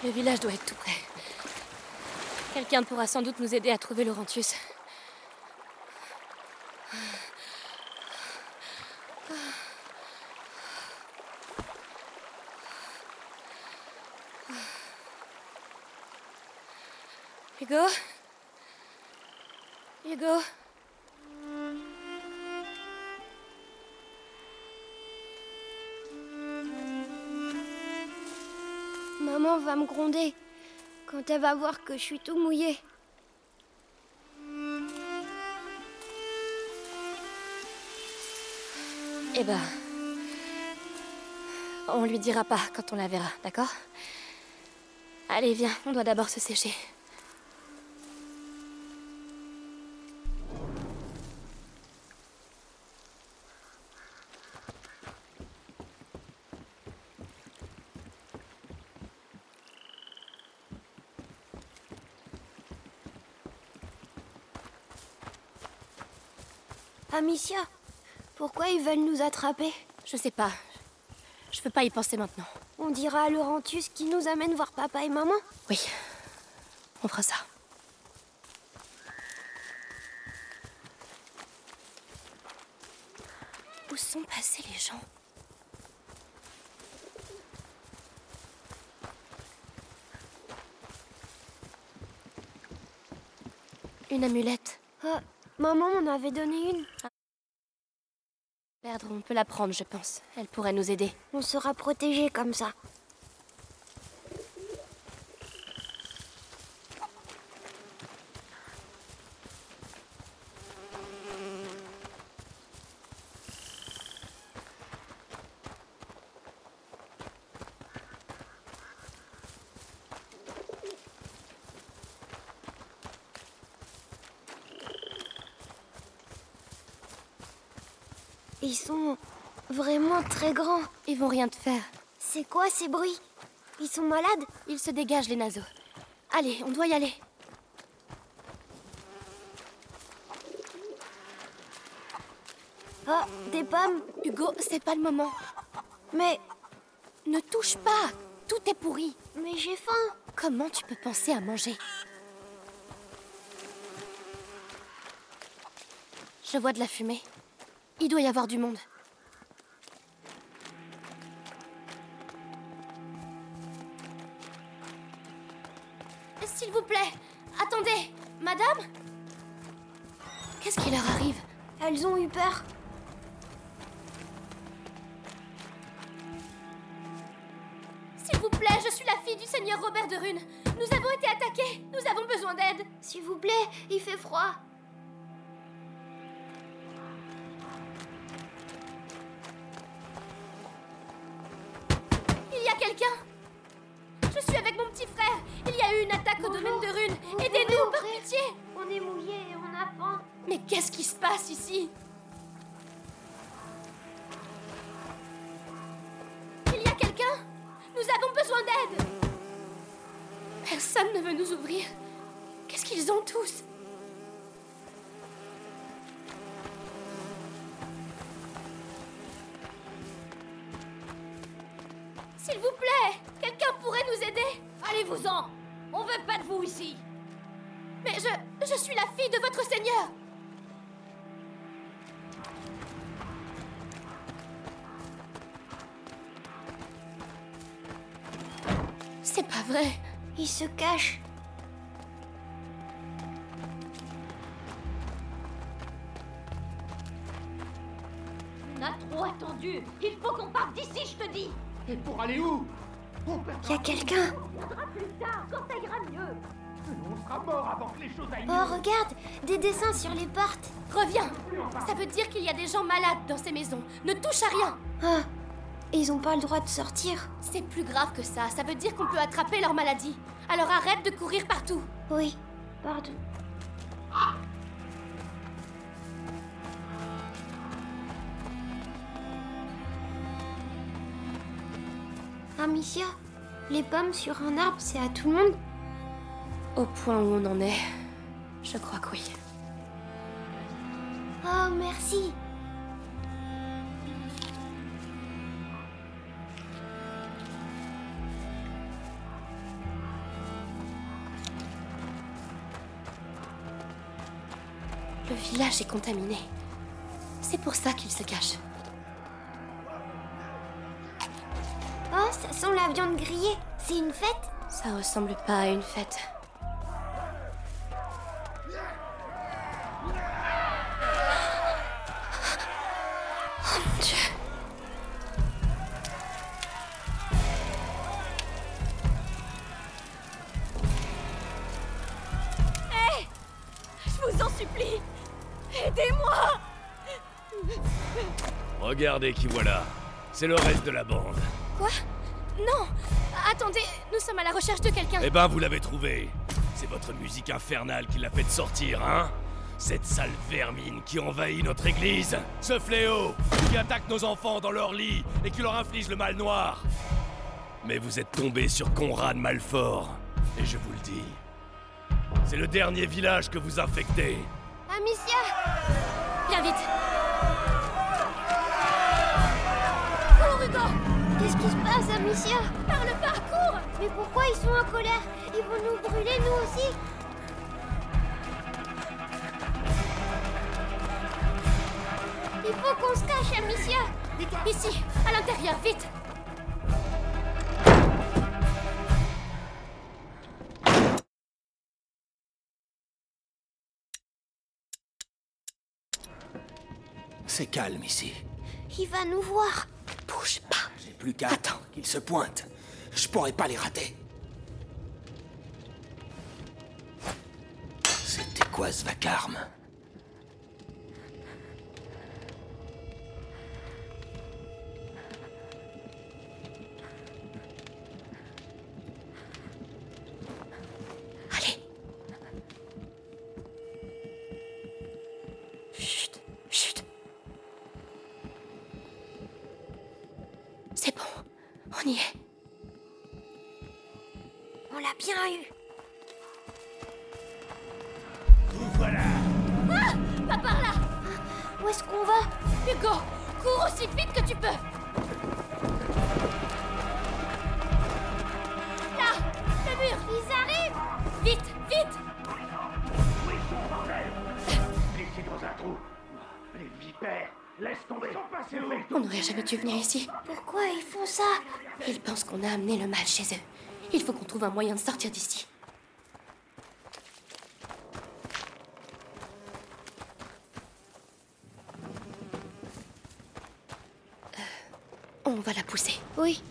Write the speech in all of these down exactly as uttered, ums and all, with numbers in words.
Le village doit être tout près. Quelqu'un pourra sans doute nous aider à trouver Laurentius. Hugo? Hugo? Maman va me gronder quand elle va voir que je suis tout mouillé. Eh ben... On lui dira pas quand on la verra, d'accord? Allez, viens, on doit d'abord se sécher. Amicia, pourquoi ils veulent nous attraper? Je sais pas. Je peux pas y penser maintenant. On dira à Laurentius qui nous amène voir papa et maman? Oui, on fera ça. Où sont passés les gens? Une amulette. Ah, maman m'en avait donné une. Perdre, on peut la prendre, je pense. Elle pourrait nous aider. On sera protégés comme ça. Ils sont vraiment très grands. Ils vont rien te faire. C'est quoi ces bruits? Ils sont malades? Ils se dégagent, les naseaux. Allez, on doit y aller. Oh, des pommes. Hugo, c'est pas le moment. Mais... Ne touche pas. Tout est pourri. Mais j'ai faim. Comment tu peux penser à manger? Je vois de la fumée. Il doit y avoir du monde. S'il vous plaît, attendez. Madame? Qu'est-ce qui leur arrive? Elles ont eu peur. S'il vous plaît, je suis la fille du seigneur Robert de Rune. Nous avons été attaqués. Nous avons besoin d'aide. S'il vous plaît, il fait froid. Il y a quelqu'un? Je suis avec mon petit frère. Il y a eu une attaque au domaine de Rune. Aidez-nous, par pitié. On est mouillés et on a faim. Mais qu'est-ce qui se passe ici? Il y a quelqu'un? Nous avons besoin d'aide. Personne ne veut nous ouvrir. Qu'est-ce qu'ils ont tous? S'il vous plaît, quelqu'un pourrait nous aider? Allez-vous-en! On veut pas de vous ici! Mais je... je suis la fille de votre seigneur! C'est pas vrai! Ils se cachent. On a trop attendu! Il faut qu'on parte d'ici, je te dis! Et pour aller où? Il y a quelqu'un. On viendra plus tard, quand ça ira mieux! On sera mort avant que les choses aillent Oh, mieux. regarde, des dessins sur les portes. Reviens! Ça veut dire qu'il y a des gens malades dans ces maisons. Ne touche à rien! Ah, ils ont pas le droit de sortir. C'est plus grave que ça. Ça veut dire qu'on peut attraper leur maladie. Alors arrête de courir partout. Oui, pardon. Amicia, les pommes sur un arbre, c'est à tout le monde? Au point où on en est, je crois que oui. Oh, merci. Le village est contaminé. C'est pour ça qu'ils se cachent. Oh, ça sent la viande grillée. C'est une fête? Ça ressemble pas à une fête. Oh mon Dieu. Hé! Je vous en supplie! Aidez-moi! Regardez qui voilà. C'est le reste de la bande. Quoi? Non! Attendez, nous sommes à la recherche de quelqu'un. Eh ben, vous l'avez trouvé. C'est votre musique infernale qui l'a fait sortir, hein? Cette sale vermine qui envahit notre église. Ce fléau qui attaque nos enfants dans leur lit et qui leur inflige le mal noir. Mais vous êtes tombé sur Conrad Malfort. Et je vous le dis, c'est le dernier village que vous infectez. Amicia! Viens vite. Cours, Hugo! Qu'est-ce qui se passe, Amicia? Par le parcours! Mais pourquoi ils sont en colère? Ils vont nous brûler, nous aussi? Il faut qu'on se cache, Amicia! Ici, à l'intérieur, vite! C'est calme ici. Il va nous voir. Bouge pas. J'ai plus qu'à attendre qu'ils se pointent. Je pourrais pas les rater. C'était quoi ce vacarme? Allez. Chut, chut. C'est bon, on y est. On l'a bien eu. Voilà. Ah! Pas par là! Où est-ce qu'on va? Hugo, cours aussi vite que tu peux! Là! Le mur! Ils arrivent! Vite, vite! Où ils sont, bordel? Laissez dans un trou. Les vipères, laisse tomber. Ils sont passés où? On n'aurait jamais dû venir ici. Pourquoi ils font ça? Ils pensent qu'on a amené le mal chez eux. Il faut qu'on trouve un moyen de sortir d'ici. Euh, on va la pousser. Oui.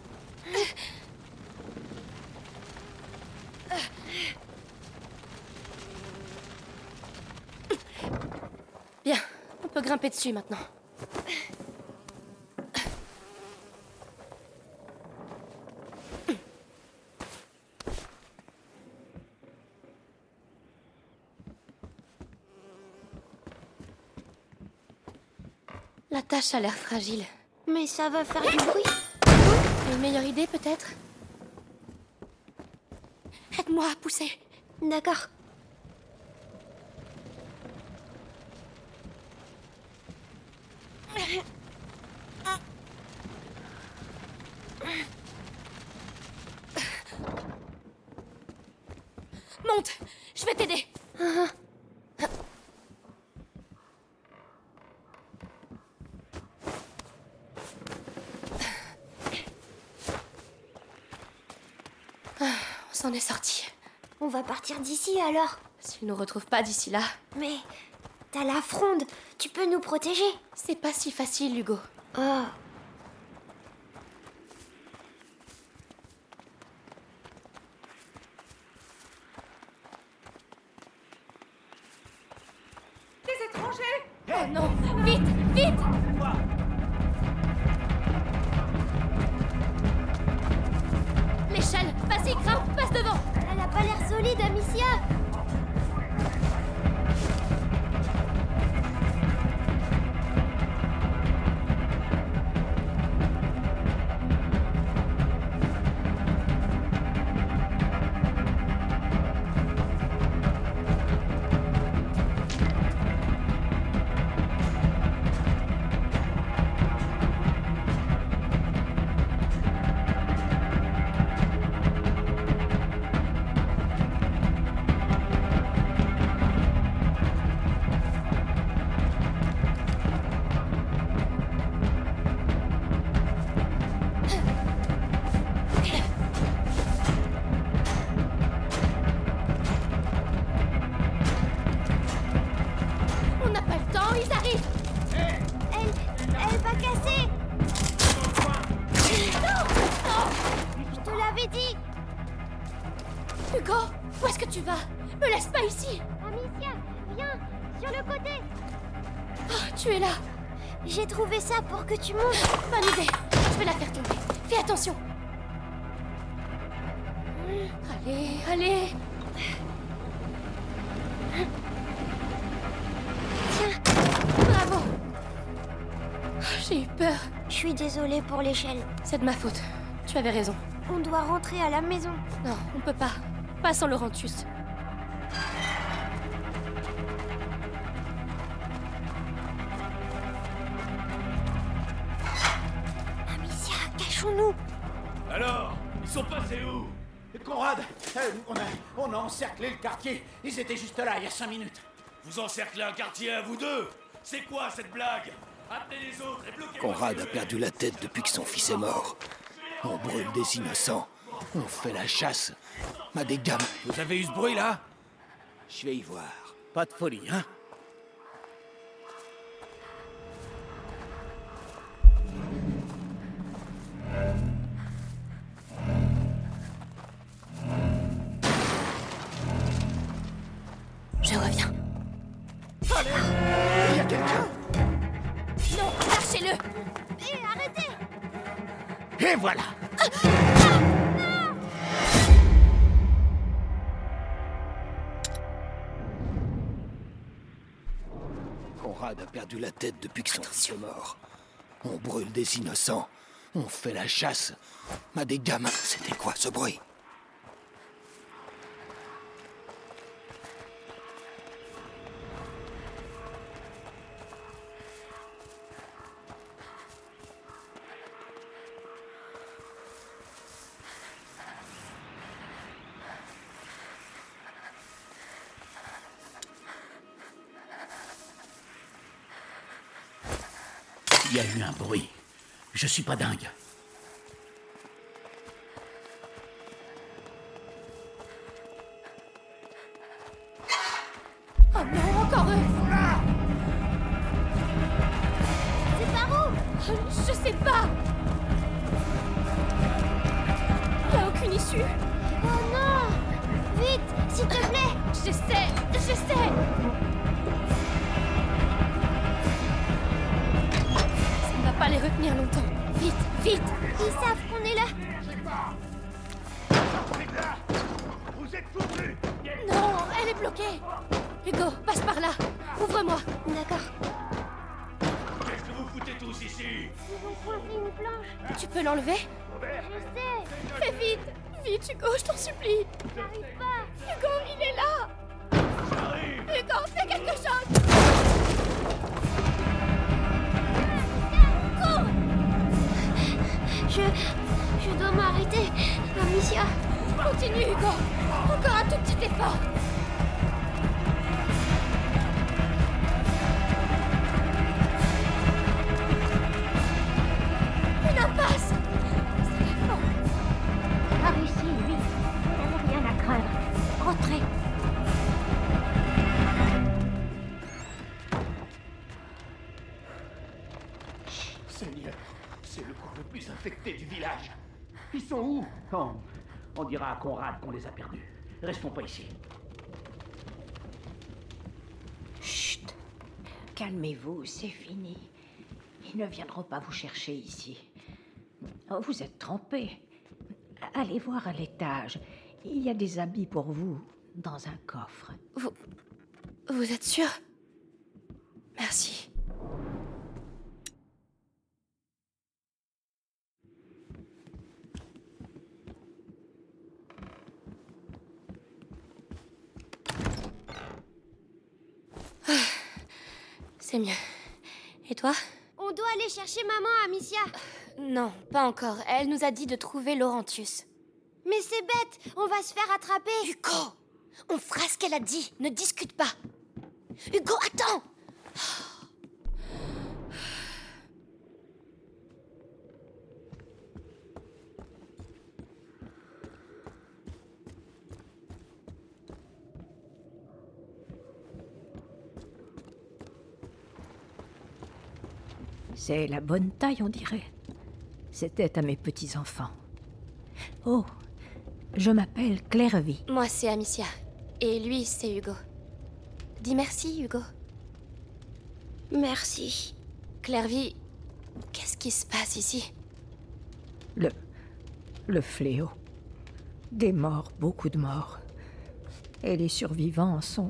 Bien, on peut grimper dessus maintenant. La tâche a l'air fragile. Mais ça va faire du bruit. Une meilleure idée, peut-être? Aide-moi à pousser. D'accord. Monte, je vais t'aider. Ah, on s'en est sorti. On va partir d'ici alors. S'ils nous retrouvent pas d'ici là, Mais t'as la fronde. Tu peux nous protéger. c'est pas si facile, Hugo. Oh. Oh non, vite, vite! L'échelle, vas-y, grimpe, passe devant. Elle a pas l'air solide, Amicia. Hugo, où est-ce que tu vas? Me laisse pas ici! Amicia, viens, sur le côté. Oh, tu es là! J'ai trouvé ça pour que tu montes. Bonne idée! Je vais la faire tomber. Fais attention! Allez, allez! Tiens, Bravo! J'ai eu peur. je suis désolée pour l'échelle. C'est de ma faute. Tu avais raison. On doit rentrer à la maison. Non, on peut pas. Pas sans Laurentius. Amicia, cachons-nous. Alors, ils sont passés où? Conrad, euh, on, a, on a encerclé le quartier. Ils étaient juste là, il y a cinq minutes. Vous encerclez un quartier à vous deux? C'est quoi cette blague? Appelez les autres et bloquez. Conrad a perdu la tête depuis que son fils est mort. On brûle des innocents. On fait la chasse à des gamins. Vous avez eu ce bruit là? Je vais y voir. Pas de folie, hein? Je reviens. Allez, il y a quelqu'un. Non, lâchez-le! Hé, arrêtez. Et voilà. Conrad a perdu la tête depuis que son fils est mort. On brûle des innocents. On fait la chasse à des gamins. C'était quoi ce bruit? Il y a eu un bruit. Je suis pas dingue. Oh non, encore eux! C'est par où? Je sais pas! Y a aucune issue! Oh non. Vite, s'il te plaît. J'essaie, j'essaie! Ça ne va pas les retenir longtemps. Vite, vite! Ils savent qu'on est là. Vous êtes foutus. Non, elle est bloquée! Hugo, passe par là! Ouvre-moi! D'accord. Qu'est-ce que vous foutez tous ici? Ils ont coincé une planche. Tu peux l'enlever? Je sais. Fais vite! Vite, Hugo, je t'en supplie! J'arrive pas. Hugo, il est là! J'arrive. Hugo, fais quelque chose! Cours! Je... Je dois m'arrêter. Amicia. Continue, Hugo! Encore un tout petit effort! Une impasse! C'est la fin! Par ici, lui. Vous n'avez rien à craindre. Rentrez. Seigneur, c'est le coin le plus infecté du village. Ils sont où? On, on dira à Conrad qu'on les a perdus. Restons pas ici. Chut. Calmez-vous, c'est fini. Ils ne viendront pas vous chercher ici. Oh, vous êtes trompés. Allez voir à l'étage. Il y a des habits pour vous dans un coffre. Vous... Vous êtes sûr? Merci. Ah, c'est mieux. Et toi? On doit aller chercher maman, Amicia. Non, pas encore. Elle nous a dit de trouver Laurentius. Mais c'est bête, on va se faire attraper. Hugo! On fera ce qu'elle a dit. Ne discute pas. Hugo, attends! C'est la bonne taille, on dirait. C'était à mes petits-enfants. Oh, je m'appelle Clairvy. Moi, c'est Amicia. Et lui, c'est Hugo. Dis merci, Hugo. Merci. Clairvy, qu'est-ce qui se passe ici? Le... le fléau. Des morts, beaucoup de morts. Et les survivants sont...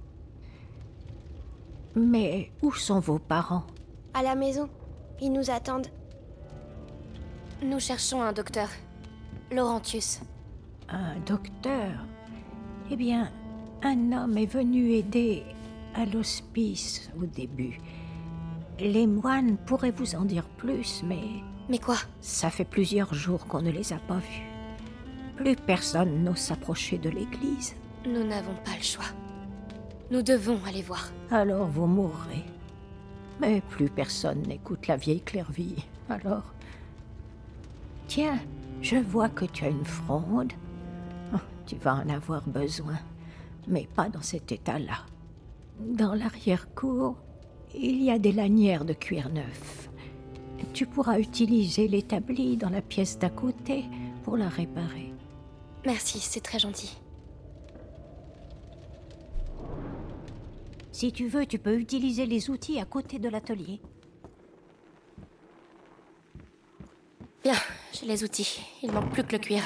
Mais où sont vos parents? À la maison. Ils nous attendent. Nous cherchons un docteur. Laurentius. Un docteur? Eh bien, un homme est venu aider à l'hospice au début. Les moines pourraient vous en dire plus, mais... Mais quoi? Ça fait plusieurs jours qu'on ne les a pas vus. Plus personne n'ose s'approcher de l'église. Nous n'avons pas le choix. Nous devons aller voir. Alors vous mourrez. Mais plus personne n'écoute la vieille Clairvy. Alors... Tiens, je vois que tu as une fronde. Oh, tu vas en avoir besoin. Mais pas dans cet état-là. Dans l'arrière-cour, il y a des lanières de cuir neuf. Tu pourras utiliser l'établi dans la pièce d'à côté pour la réparer. Merci, c'est très gentil. Si tu veux, tu peux utiliser les outils à côté de l'atelier. Bien, j'ai les outils. Il manque plus que le cuir.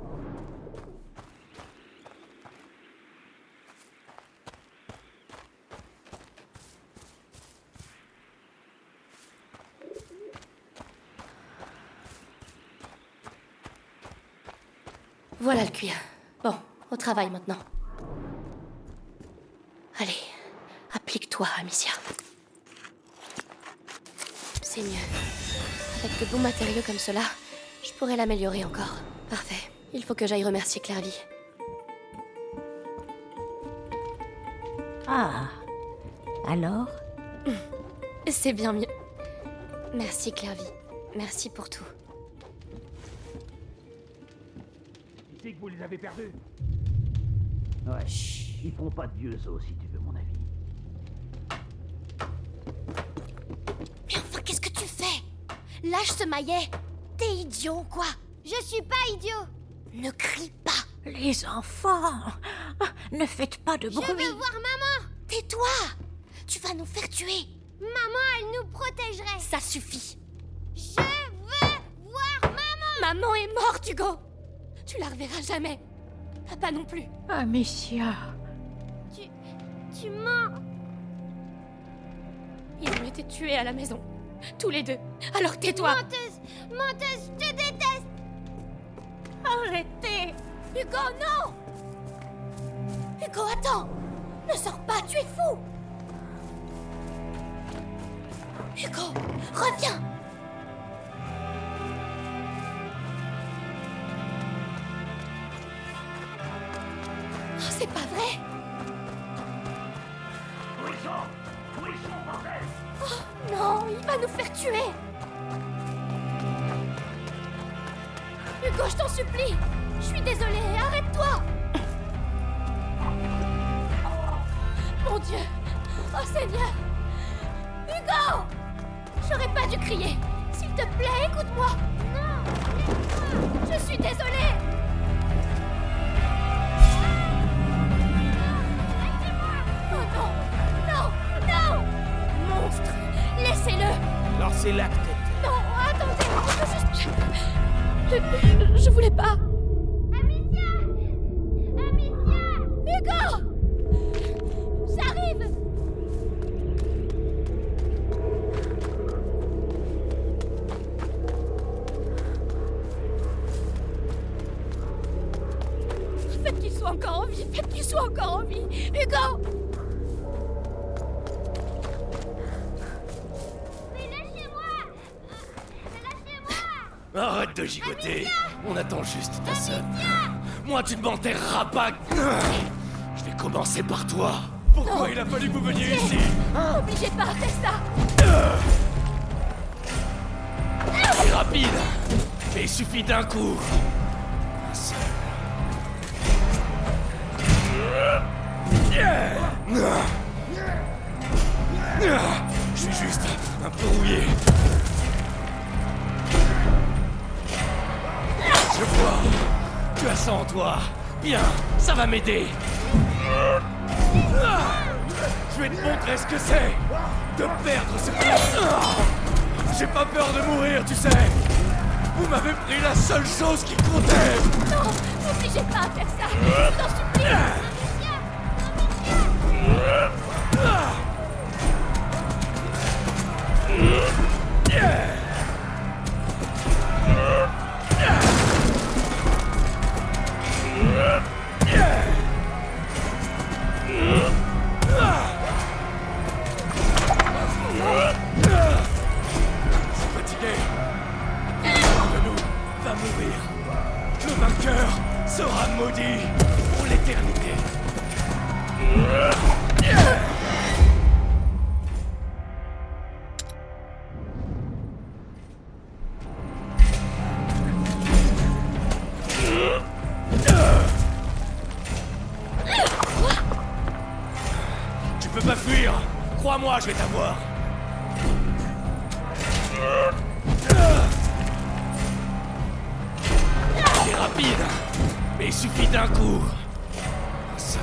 Voilà le cuir. Bon, au travail maintenant. Allez, applique-toi, Amicia. C'est mieux. Avec de bons matériaux comme cela, je pourrais l'améliorer encore. Parfait. Il faut que j'aille remercier Clairvy. Ah, alors? C'est bien mieux. Merci, Clairvy. Merci pour tout. Tu sais que vous les avez perdus? Ouais. Chut. Ils font pas de vieux os, si tu veux mon avis. Mais enfin, qu'est-ce que tu fais? Lâche ce maillet. T'es idiot, quoi? Je suis pas idiot. Ne crie pas. Les enfants, ne faites pas de bruit. Je veux voir maman. Tais-toi. Tu vas nous faire tuer. Maman, elle nous protégerait. Ça suffit. Je veux voir maman. Maman est morte, Hugo. Tu la reverras jamais. Papa non plus. Amicia. Tu... tu mens. Ils ont été tués à la maison. Tous les deux. Alors tais-toi. Menteuse. Menteuse, je te déteste. Arrêtez. Hugo, non. Hugo, attends. Ne sors pas, tu es fou. Hugo, reviens. Oh, c'est pas vrai. Où ils sont? Où ils sont, bordel? Oh, non, il va nous faire tuer. Hugo, je t'en supplie. Je suis désolée, arrête-toi. Mon Dieu. Oh Seigneur. Hugo. J'aurais pas dû crier. S'il te plaît, écoute-moi. Non, laisse-moi. Je suis désolée. Oh non. Non. Non. Monstre. Laissez-le. Alors c'est là que t'es. Non, attendez. Je veux juste... Je, je, je voulais pas. Amicia. Amicia. Hugo. J'arrive. Faites qu'il soit encore en vie. Faites qu'il soit encore en vie. Hugo. Mais lâchez-moi. Euh, lâchez-moi. Arrête de gigoter. On attend juste ta sœur. Moi, tu ne m'enterreras pas. Je vais commencer par toi. Pourquoi il a fallu que vous veniez ici? N'obligez pas à faire ça. C'est rapide. Mais il suffit d'un coup. Un seul. Je suis juste un peu rouillé. Je vois. Tu as ça en toi. Bien, ça va m'aider. Je vais te montrer ce que c'est de perdre ce coup. J'ai pas peur de mourir, tu sais. Vous m'avez pris la seule chose qui comptait. Non, n'obligez pas à faire ça. Je t'en supplie. Sera maudit pour l'éternité. Tu peux pas fuir. Crois-moi, je vais t'avoir. T'es rapide. Mais il suffit d'un coup. Un seul.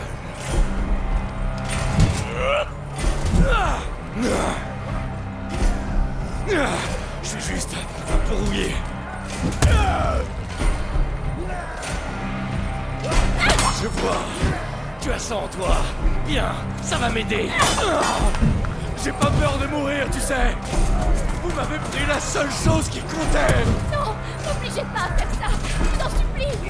Je suis juste un peu rouillé. Je vois. Tu as ça en toi. Bien, ça va m'aider. J'ai pas peur de mourir, tu sais. Vous m'avez pris la seule chose qui comptait. Non, n'obligez pas à faire ça. Je t'en supplie.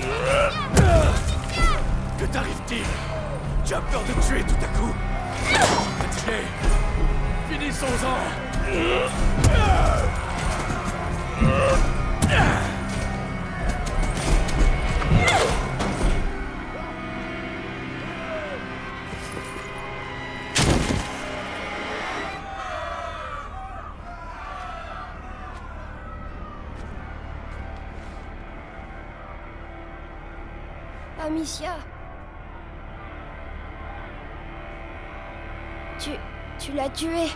Que t'arrive-t-il? Tu as peur de tuer tout à coup? Fatigué. Finissons-en. Amicia. Tu... tu l'as tué.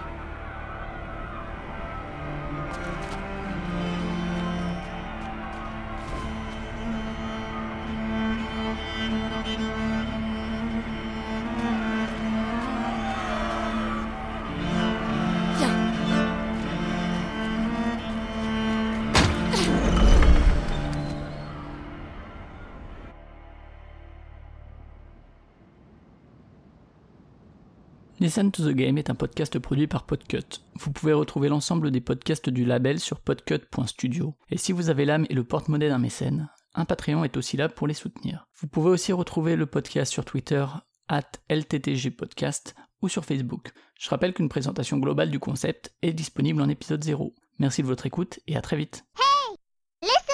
Listen to the Game est un podcast produit par Podcut. Vous pouvez retrouver l'ensemble des podcasts du label sur podcut point studio. Et si vous avez l'âme et le porte-monnaie d'un mécène, un Patreon est aussi là pour les soutenir. Vous pouvez aussi retrouver le podcast sur Twitter, arobase L T T G podcast, ou sur Facebook. Je rappelle qu'une présentation globale du concept est disponible en épisode zéro. Merci de votre écoute et à très vite. Hey, listen